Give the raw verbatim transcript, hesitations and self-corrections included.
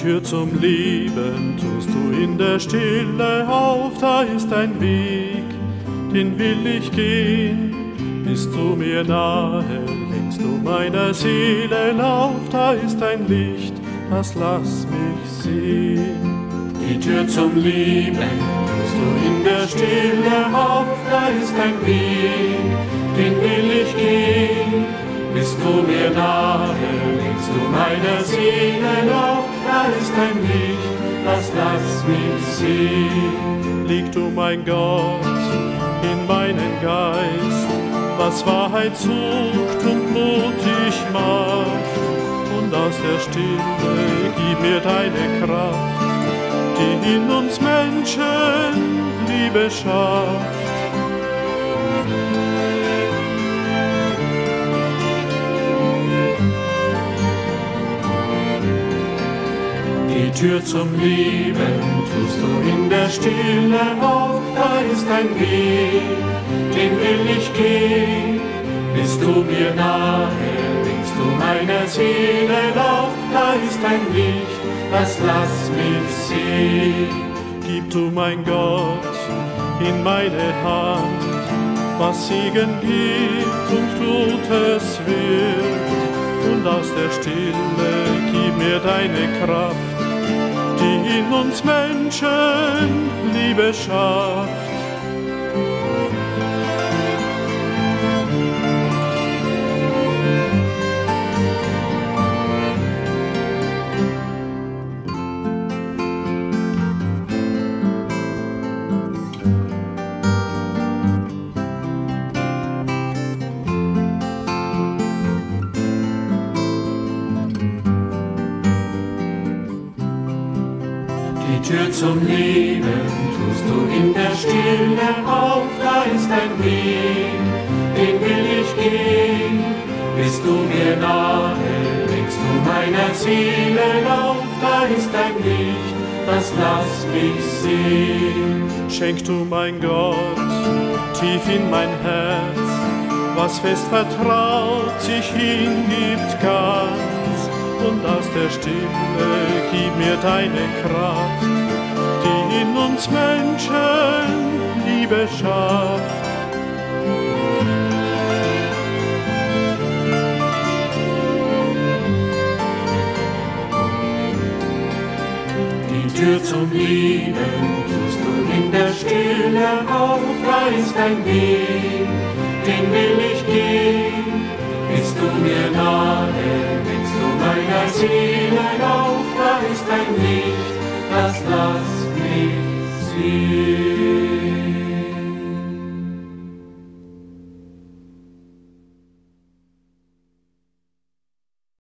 Tür zum Leben tust du in der Stille auf, da ist ein Weg, den will ich gehen. Bist du mir nahe, lenkst du meiner Seele Lauf, da ist ein Licht, das lass mich sehen. Die Tür zum Leben tust du in der Stille auf, da ist ein Weg, den will ich gehen. Bist du mir nahe, lenkst du meiner Seele Lauf, da ist ein Licht, das lass mich sehen. Leg du, mein Gott, in meinen Geist, was Wahrheit sucht und mutig macht. Und aus der Stille gib mir deine Kraft, die in uns Menschen Liebe schafft. Die Tür zum Leben tust du in der Stille auf, da ist ein Weg, den will ich gehen. Bist du mir nahe, lenkst du meiner Seele Lauf, da ist ein Licht, das lass mich sehen. Gib du, mein Gott, in meine Hand, was Segen gibt und Gutes wird. Und aus der Stille gib mir deine Kraft, die in uns Menschen Liebe schafft. Die Tür zum Leben tust du in der Stille auf, da ist ein Weg, den will ich gehen. Bist du mir nahe, lenkst du meiner Seele Lauf, da ist ein Licht, das lass mich sehen. Schenk du, mein Gott, tief in mein Herz, was fest vertraut sich hingibt ganz. Und aus der Stille gib mir deine Kraft, die in uns Menschen Liebe schafft. Die Tür zum Leben tust du in der Stille auf, da ist ein Weg, den will ich gehen. Bist du mir nahe, lenkst du meiner Seele Lauf, da ist ein Licht, das lass mich sehen.